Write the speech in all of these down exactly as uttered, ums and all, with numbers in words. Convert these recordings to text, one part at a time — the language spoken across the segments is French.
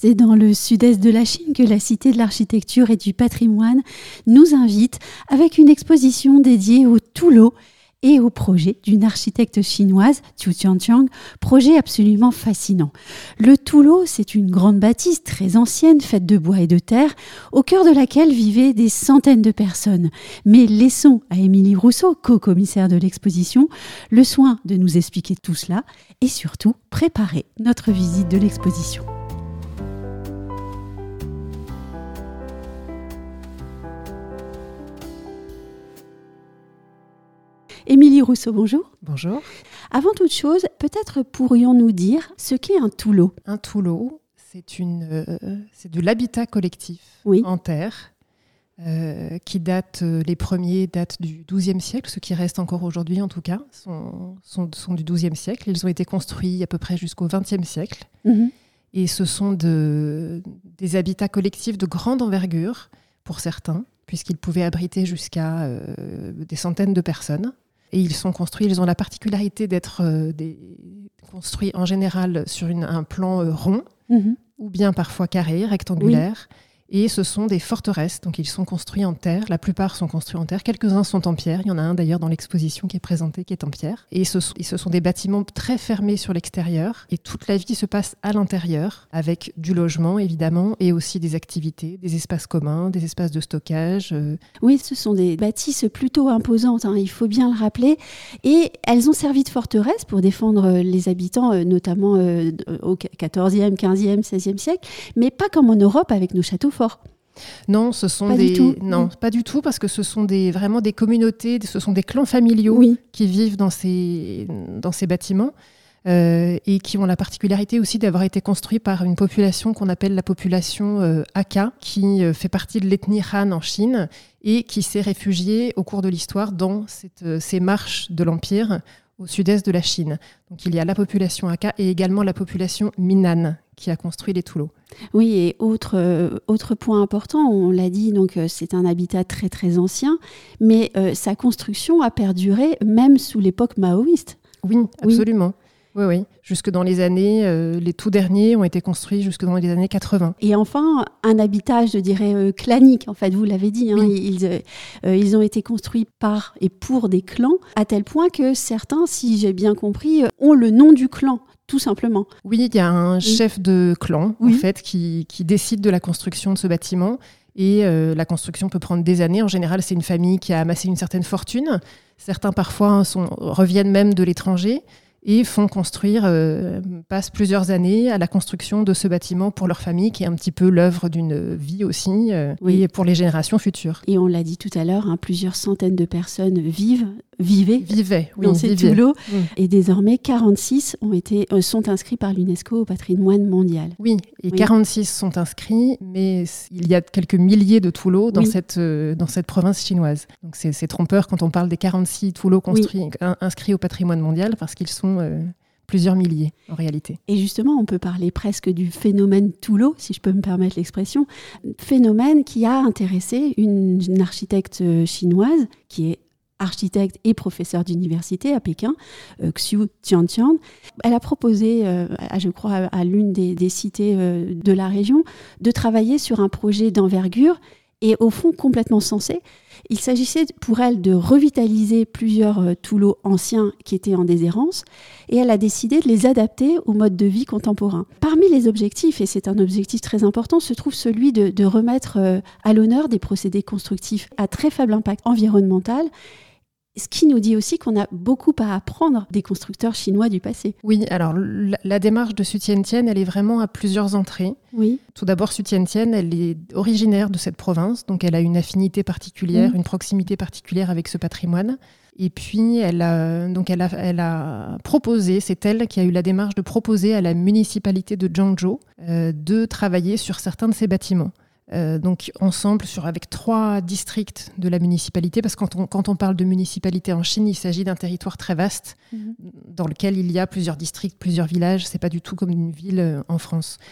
C'est dans le sud-est de la Chine que la Cité de l'Architecture et du Patrimoine nous invite avec une exposition dédiée au Toulo et au projet d'une architecte chinoise, Xu Tianqiang, projet absolument fascinant. Le Toulo, c'est une grande bâtisse très ancienne, faite de bois et de terre, au cœur de laquelle vivaient des centaines de personnes. Mais laissons à Émilie Rousseau, co-commissaire de l'exposition, le soin de nous expliquer tout cela et surtout préparer notre visite de l'exposition. Émilie Rousseau, bonjour. Bonjour. Avant toute chose, peut-être pourrions-nous dire ce qu'est un toulo. Un toulo, c'est, une, euh, c'est de l'habitat collectif oui. en terre euh, qui date, euh, les premiers datent du douzième siècle, ceux qui restent encore aujourd'hui en tout cas, sont, sont, sont du douzième siècle. Ils ont été construits à peu près jusqu'au vingtième siècle. Mm-hmm. Et ce sont de, des habitats collectifs de grande envergure pour certains, puisqu'ils pouvaient abriter jusqu'à euh, des centaines de personnes. Et ils sont construits, ils ont la particularité d'être euh, des, construits en général sur une, un plan euh, rond, mmh. ou bien parfois carré, rectangulaire. Oui. Et ce sont des forteresses, donc ils sont construits en terre. La plupart sont construits en terre, quelques-uns sont en pierre. Il y en a un d'ailleurs dans l'exposition qui est présenté, qui est en pierre. Et ce sont, et ce sont des bâtiments très fermés sur l'extérieur. Et toute la vie se passe à l'intérieur, avec du logement évidemment, et aussi des activités, des espaces communs, des espaces de stockage. Euh... Oui, ce sont des bâtisses plutôt imposantes, hein, il faut bien le rappeler. Et elles ont servi de forteresse pour défendre les habitants, euh, notamment euh, au quatorzième, quinzième, seizième siècle, mais pas comme en Europe avec nos châteaux forts. Non, ce sont pas des du tout. non, pas du tout, parce que ce sont des vraiment des communautés, ce sont des clans familiaux oui. qui vivent dans ces dans ces bâtiments euh, et qui ont la particularité aussi d'avoir été construits par une population qu'on appelle la population euh, Hakka, qui euh, fait partie de l'ethnie Han en Chine et qui s'est réfugiée au cours de l'histoire dans cette, euh, ces marches de l'Empire au sud-est de la Chine. Donc il y a la population Hakka et également la population Minnan qui a construit les toulos. Oui, et autre, euh, autre point important, on l'a dit, donc, euh, c'est un habitat très très ancien, mais euh, sa construction a perduré même sous l'époque maoïste. Oui, absolument. Oui, oui. Jusque dans les années, euh, les tout derniers ont été construits jusque dans les années quatre-vingts. Et enfin, un habitat, je dirais, euh, clanique, en fait, vous l'avez dit. Hein, oui. ils, euh, ils ont été construits par et pour des clans, à tel point que certains, si j'ai bien compris, ont le nom du clan. Tout simplement. Oui, il y a un chef de clan oui. en fait, qui, qui décide de la construction de ce bâtiment. Et euh, la construction peut prendre des années. En général, c'est une famille qui a amassé une certaine fortune. Certains, parfois, sont, reviennent même de l'étranger et font construire, euh, passent plusieurs années à la construction de ce bâtiment pour leur famille, qui est un petit peu l'œuvre d'une vie aussi, euh, oui. et pour les générations futures. Et on l'a dit tout à l'heure, hein, plusieurs centaines de personnes vivent, vivaient, vivaient oui, dans ces vivaient. toulos, mmh. et désormais quarante-six ont été, euh, sont inscrits par l'UNESCO au patrimoine mondial. Oui, et oui. quarante-six sont inscrits, mais il y a quelques milliers de toulos dans, oui. cette, euh, dans cette province chinoise. Donc c'est, c'est trompeur quand on parle des quarante-six toulos construits, oui. in, inscrits au patrimoine mondial, parce qu'ils sont Euh, plusieurs milliers, en réalité. Et justement, on peut parler presque du phénomène toulo, si je peux me permettre l'expression, phénomène qui a intéressé une, une architecte chinoise qui est architecte et professeure d'université à Pékin, euh, Xu Tianqiang. Elle a proposé, euh, à, je crois, à, à l'une des, des cités euh, de la région, de travailler sur un projet d'envergure et au fond complètement sensé. Il s'agissait pour elle de revitaliser plusieurs euh, toulos anciens qui étaient en déshérence, et elle a décidé de les adapter au mode de vie contemporain. Parmi les objectifs, et c'est un objectif très important, se trouve celui de, de remettre euh, à l'honneur des procédés constructifs à très faible impact environnemental, ce qui nous dit aussi qu'on a beaucoup à apprendre des constructeurs chinois du passé. Oui, alors la, la démarche de Xu Tianqiang, elle est vraiment à plusieurs entrées. Oui. Tout d'abord, Xu Tianqiang, elle est originaire de cette province, donc elle a une affinité particulière, mmh. une proximité particulière avec ce patrimoine. Et puis, elle a, donc elle a, elle a proposé, c'est elle qui a eu la démarche de proposer à la municipalité de Zhangzhou euh, de travailler sur certains de ces bâtiments. Euh, donc ensemble sur, avec trois districts de la municipalité, parce que quand on, quand on parle de municipalité en Chine, il s'agit d'un territoire très vaste mmh. dans lequel il y a plusieurs districts, plusieurs villages. C'est pas du tout comme une ville en France.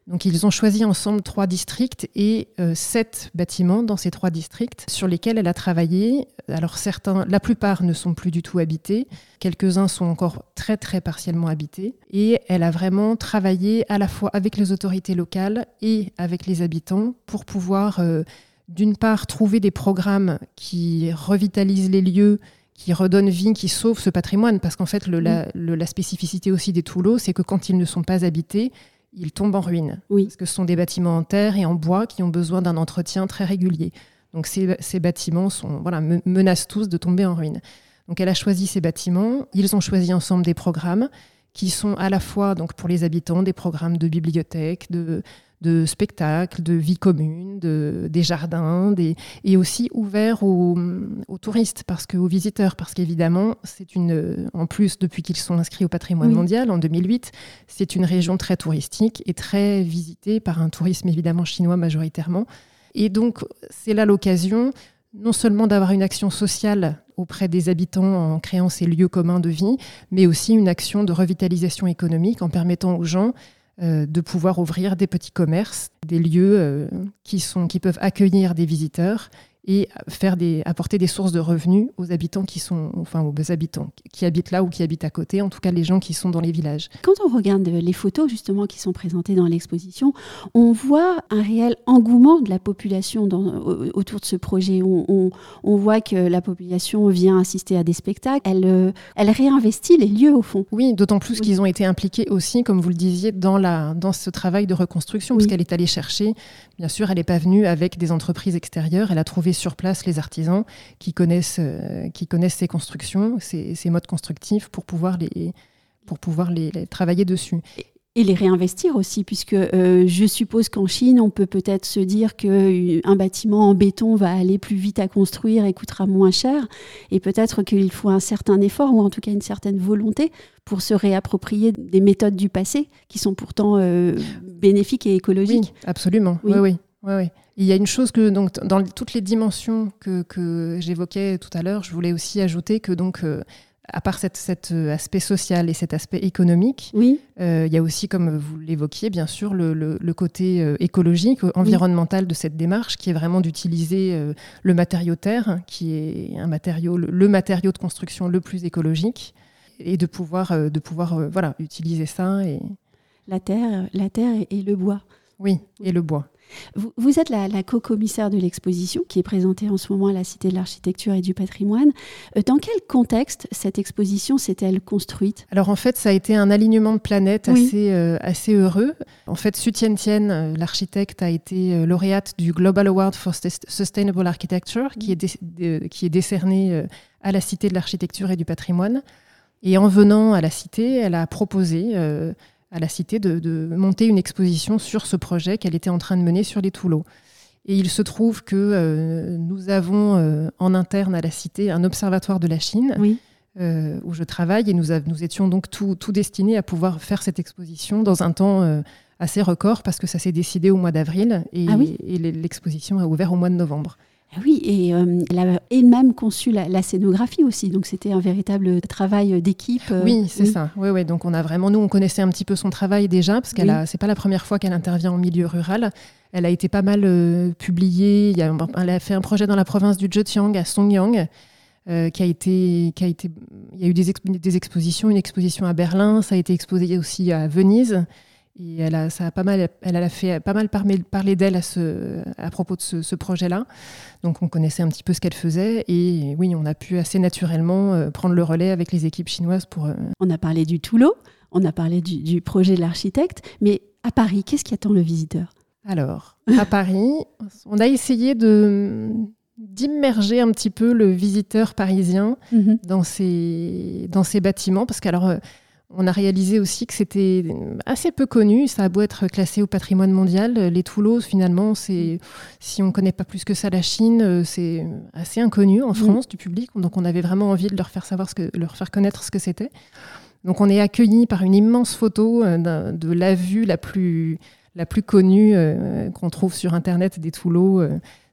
Donc ils ont choisi ensemble trois districts et euh, sept bâtiments dans ces trois districts sur lesquels elle a travaillé. Alors certains, la plupart ne sont plus du tout habités, quelques-uns sont encore très très partiellement habités. Et elle a vraiment travaillé à la fois avec les autorités locales et avec les habitants pour pouvoir euh, d'une part trouver des programmes qui revitalisent les lieux, qui redonnent vie, qui sauvent ce patrimoine. Parce qu'en fait, le, la, le, la spécificité aussi des Toulots, c'est que quand ils ne sont pas habités, ils tombent en ruine. Oui. Parce que ce sont des bâtiments en terre et en bois qui ont besoin d'un entretien très régulier. Donc ces, ces bâtiments sont, voilà, me, menacent tous de tomber en ruine. Donc elle a choisi ces bâtiments. Ils ont choisi ensemble des programmes qui sont à la fois, donc, pour les habitants, des programmes de bibliothèque, de, de spectacles, de vie commune, de, des jardins, des, et aussi ouverts aux, aux touristes, parce que, aux visiteurs, parce qu'évidemment, c'est une, en plus, depuis qu'ils sont inscrits au patrimoine oui. mondial en deux mille huit, c'est une région très touristique et très visitée par un tourisme évidemment chinois majoritairement. Et donc, c'est là l'occasion non seulement d'avoir une action sociale auprès des habitants en créant ces lieux communs de vie, mais aussi une action de revitalisation économique en permettant aux gens euh, de pouvoir ouvrir des petits commerces, des lieux euh, qui, sont, qui peuvent accueillir des visiteurs et faire des, apporter des sources de revenus aux habitants qui sont, enfin aux habitants qui habitent là ou qui habitent à côté, en tout cas les gens qui sont dans les villages. Quand on regarde les photos justement qui sont présentées dans l'exposition, on voit un réel engouement de la population dans, autour de ce projet. On, on, on voit que la population vient assister à des spectacles, elle, elle réinvestit les lieux au fond. Oui, d'autant plus oui. qu'ils ont été impliqués aussi, comme vous le disiez, dans, la, dans ce travail de reconstruction, oui. parce qu'elle est allée chercher, bien sûr, elle n'est pas venue avec des entreprises extérieures, elle a trouvé sur place les artisans qui connaissent, euh, qui connaissent ces constructions, ces, ces modes constructifs pour pouvoir les, pour pouvoir les, les travailler dessus. Et les réinvestir aussi, puisque euh, je suppose qu'en Chine, on peut peut-être se dire qu'un bâtiment en béton va aller plus vite à construire et coûtera moins cher. Et peut-être qu'il faut un certain effort, ou en tout cas une certaine volonté, pour se réapproprier des méthodes du passé qui sont pourtant euh, bénéfiques et écologiques. Oui, absolument. Oui, oui. oui. oui, oui. Il y a une chose que, donc, dans toutes les dimensions que, que j'évoquais tout à l'heure, je voulais aussi ajouter que, donc, euh, à part cette, cet aspect social et cet aspect économique, oui. euh, il y a aussi, comme vous l'évoquiez, bien sûr, le, le, le côté euh, écologique, environnemental oui. de cette démarche, qui est vraiment d'utiliser euh, le matériau terre, qui est un matériau, le, le matériau de construction le plus écologique, et de pouvoir, euh, de pouvoir euh, voilà, utiliser ça. Et... La terre, la terre et le bois. Oui, et le bois. Vous, vous êtes la, la co-commissaire de l'exposition qui est présentée en ce moment à la Cité de l'Architecture et du Patrimoine. Dans quel contexte cette exposition s'est-elle construite ? Alors en fait, ça a été un alignement de planètes oui. assez, euh, assez heureux. En fait, Su Tiantian, l'architecte, a été lauréate du Global Award for Sustainable Architecture qui est, dé- de, qui est décerné euh, à la Cité de l'Architecture et du Patrimoine. Et en venant à la Cité, elle a proposé... Euh, à la Cité de, de monter une exposition sur ce projet qu'elle était en train de mener sur les Toulots. Et il se trouve que euh, nous avons euh, en interne à la Cité un observatoire de la Chine oui. euh, où je travaille et nous, a, nous étions donc tout, tout destinés à pouvoir faire cette exposition dans un temps euh, assez record parce que ça s'est décidé au mois d'avril et, ah oui. et l'exposition a ouvert au mois de novembre. Oui, et euh, elle a elle-même conçu la, la scénographie aussi, donc c'était un véritable travail d'équipe. Euh, oui, c'est oui. ça. Oui, oui. Donc on a vraiment, nous, on connaissait un petit peu son travail déjà, parce qu'elle oui. a, c'est pas la première fois qu'elle intervient en milieu rural. Elle a été pas mal euh, publiée. Il y a, elle a fait un projet dans la province du Zhejiang à Songyang, euh, qui a été, qui a été, il y a eu des, exp- des expositions, une exposition à Berlin, ça a été exposé aussi à Venise. Et elle a, ça a pas mal, elle a fait pas mal parler, parler d'elle à, ce, à propos de ce, ce projet-là. Donc on connaissait un petit peu ce qu'elle faisait. Et oui, on a pu assez naturellement euh, prendre le relais avec les équipes chinoises pour... Euh... On a parlé du Toulo, on a parlé du, du projet de l'architecte. Mais à Paris, qu'est-ce qui attend le visiteur ? Alors, à Paris, on a essayé de... d'immerger un petit peu le visiteur parisien mm-hmm. dans, ces, dans ces bâtiments. Parce qu'alors... Euh, on a réalisé aussi que c'était assez peu connu. Ça a beau être classé au patrimoine mondial. Les Toulots, finalement, c'est, si on ne connaît pas plus que ça la Chine, c'est assez inconnu en France, mmh. du public. Donc, on avait vraiment envie de leur faire savoir ce que, leur faire connaître ce que c'était. Donc, on est accueillis par une immense photo de la vue la plus, la plus connue euh, qu'on trouve sur Internet des Toulots.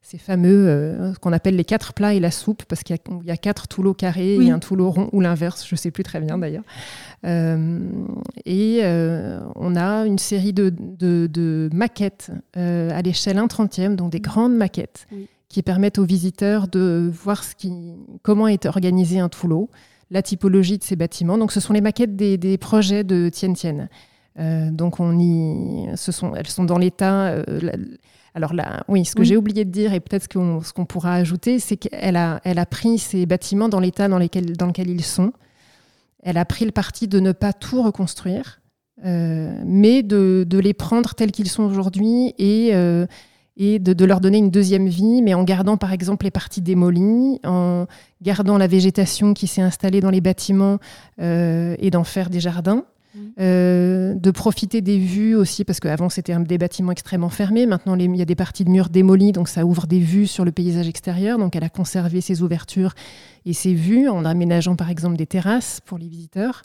ces fameux, euh, ce qu'on appelle les quatre plats et la soupe, parce qu'il y a, il y a quatre toulots carrés oui. et un toulot rond, ou l'inverse, je ne sais plus très bien d'ailleurs. Euh, et euh, on a une série de, de, de maquettes euh, à l'échelle un trentième, donc des grandes maquettes, oui. qui permettent aux visiteurs de voir ce qui, comment est organisé un toulot, la typologie de ces bâtiments. Donc ce sont les maquettes des, des projets de Tien Tien. Euh, donc on y, ce sont, elles sont dans l'état... Euh, la, Alors là, oui, ce que oui. j'ai oublié de dire, et peut-être ce qu'on, ce qu'on pourra ajouter, c'est qu'elle a, elle a pris ces bâtiments dans l'état dans, lesquels, dans lequel ils sont. Elle a pris le parti de ne pas tout reconstruire, euh, mais de, de les prendre tels qu'ils sont aujourd'hui et, euh, et de, de leur donner une deuxième vie, mais en gardant par exemple les parties démolies, en gardant la végétation qui s'est installée dans les bâtiments euh, et d'en faire des jardins. Euh, de profiter des vues aussi, parce qu'avant c'était un, des bâtiments extrêmement fermés. Maintenant, il y a des parties de murs démolies, donc ça ouvre des vues sur le paysage extérieur. Donc elle a conservé ses ouvertures et ses vues en aménageant par exemple des terrasses pour les visiteurs.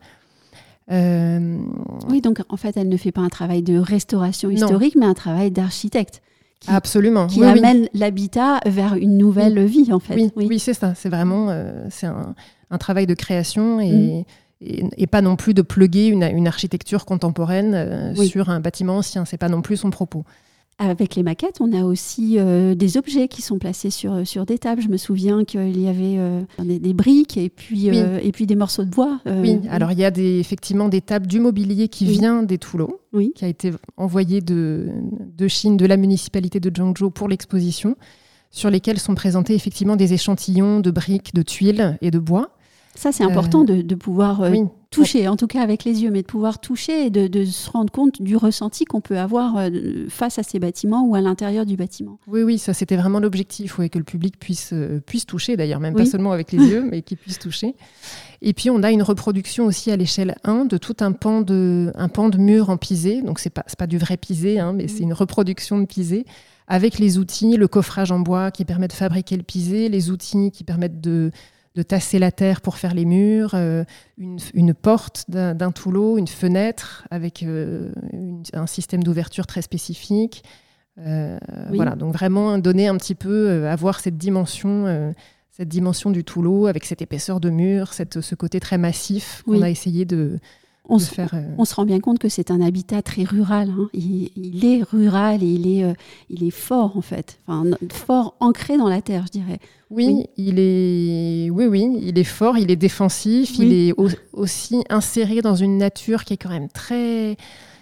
Euh... Oui, donc en fait, elle ne fait pas un travail de restauration historique, non. mais un travail d'architecte. Qui, Absolument. Qui oui, amène oui. l'habitat vers une nouvelle oui. vie, en fait. Oui, oui. oui c'est ça. C'est vraiment euh, c'est un, un travail de création et... Mmh. Et, et pas non plus de pluguer une, une architecture contemporaine euh, oui. sur un bâtiment ancien. C'est pas non plus son propos. Avec les maquettes, on a aussi euh, des objets qui sont placés sur, sur des tables. Je me souviens qu'il y avait euh, des, des briques et puis, oui. euh, et puis des morceaux de bois. Euh, oui, alors il y a des, effectivement des tables du mobilier qui oui. vient des Toulots, oui. qui a été envoyé de, de Chine, de la municipalité de Zhangzhou pour l'exposition, sur lesquelles sont présentés effectivement des échantillons de briques, de tuiles et de bois. Ça, c'est important euh, de, de pouvoir euh, oui. toucher, en tout cas avec les yeux, mais de pouvoir toucher et de, de se rendre compte du ressenti qu'on peut avoir euh, face à ces bâtiments ou à l'intérieur du bâtiment. Oui, oui, ça c'était vraiment l'objectif, ouais, que le public puisse, euh, puisse toucher, d'ailleurs, même oui. pas seulement avec les yeux, mais qu'il puisse toucher. Et puis on a une reproduction aussi à l'échelle un de tout un pan de, un pan de mur en pisé, donc c'est pas, c'est pas du vrai pisé, hein, mais mmh. c'est une reproduction de pisé, avec les outils, le coffrage en bois qui permet de fabriquer le pisé, les outils qui permettent de... de tasser la terre pour faire les murs, euh, une, une porte d'un, d'un toulout, une fenêtre avec euh, une, un système d'ouverture très spécifique. Euh, oui. Voilà, donc vraiment donner un petit peu, euh, avoir cette dimension, euh, cette dimension du toulout avec cette épaisseur de mur, cette, ce côté très massif qu'on oui. a essayé de, on de se, faire. Euh... On se rend bien compte que c'est un habitat très rural. Hein. Il, il est rural et il est, euh, il est fort en fait, enfin, fort ancré dans la terre, je dirais. Oui, oui, il est, oui, oui, il est fort, il est défensif, oui. il est au, aussi inséré dans une nature qui est quand même très,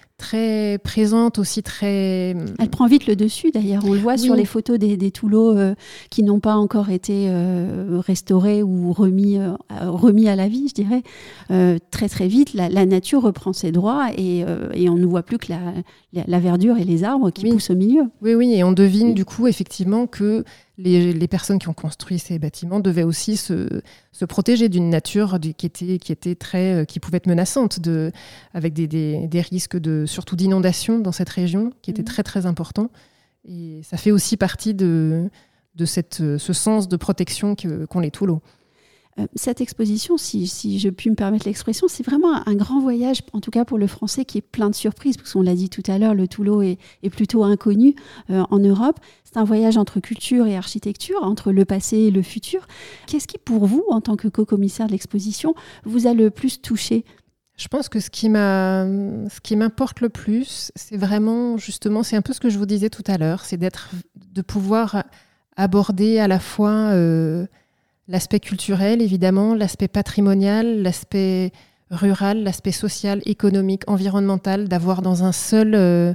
très présente, aussi très... Elle prend vite le dessus d'ailleurs, on le voit oui. sur les photos des, des toulots euh, qui n'ont pas encore été euh, restaurés ou remis, euh, remis à la vie, je dirais. Euh, très très vite, la, la nature reprend ses droits et, euh, et on ne voit plus que la, la, la verdure et les arbres qui oui. poussent au milieu. Oui, oui, et on devine oui. du coup effectivement que Les, les personnes qui ont construit ces bâtiments devaient aussi se, se protéger d'une nature du, qui, était, qui, était très, qui pouvait être menaçante, de, avec des, des, des risques de, surtout d'inondation dans cette région, qui était mmh. très très important. Et ça fait aussi partie de, de cette, ce sens de protection que, qu'ont les Toulots. Cette exposition, si, si je puis me permettre l'expression, c'est vraiment un, un grand voyage, en tout cas pour le français, qui est plein de surprises, parce qu'on l'a dit tout à l'heure, le Toulout est, est plutôt inconnu euh, en Europe. C'est un voyage entre culture et architecture, entre le passé et le futur. Qu'est-ce qui, pour vous, en tant que co-commissaire de l'exposition, vous a le plus touché ? Je pense que ce qui, m'a, ce qui m'importe le plus, c'est vraiment, justement, c'est un peu ce que je vous disais tout à l'heure, c'est d'être, de pouvoir aborder à la fois... Euh, l'aspect culturel, évidemment, l'aspect patrimonial, l'aspect rural, l'aspect social, économique, environnemental, d'avoir dans un seul, euh,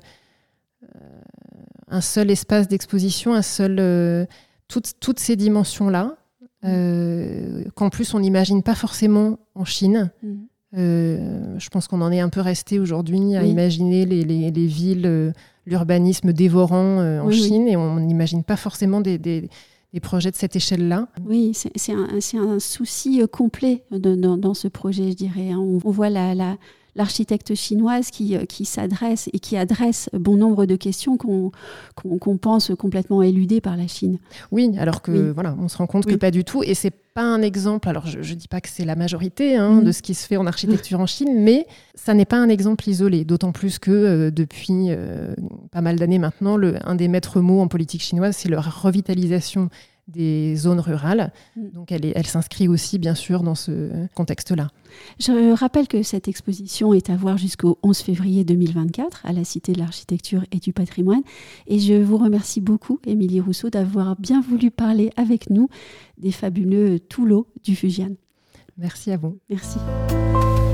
un seul espace d'exposition, un seul, euh, toutes, toutes ces dimensions-là, euh, qu'en plus on n'imagine pas forcément en Chine. Mmh. Euh, je pense qu'on en est un peu resté aujourd'hui à oui. imaginer les, les, les villes, euh, l'urbanisme dévorant euh, en oui, Chine, oui. et on n'imagine pas forcément des... des des projets de cette échelle-là. Oui, c'est, c'est, un, c'est un souci complet de, dans, dans ce projet, je dirais. On, on voit la, la, l'architecte chinoise qui, qui s'adresse et qui adresse bon nombre de questions qu'on, qu'on, qu'on pense complètement éludées par la Chine. Oui, alors que oui. voilà, on se rend compte oui. que pas du tout. Et c'est pas un exemple, alors je ne dis pas que c'est la majorité hein, mmh. de ce qui se fait en architecture en Chine, mais ça n'est pas un exemple isolé, d'autant plus que euh, depuis euh, pas mal d'années maintenant, le, un des maîtres mots en politique chinoise, c'est leur revitalisation des zones rurales. Donc elle, est, elle s'inscrit aussi bien sûr dans ce contexte-là. Je rappelle que cette exposition est à voir jusqu'au onze février deux mille vingt-quatre à la Cité de l'Architecture et du Patrimoine. Et je vous remercie beaucoup, Émilie Rousseau, d'avoir bien voulu parler avec nous des fabuleux Toulots du Fujian. Merci à vous. Merci.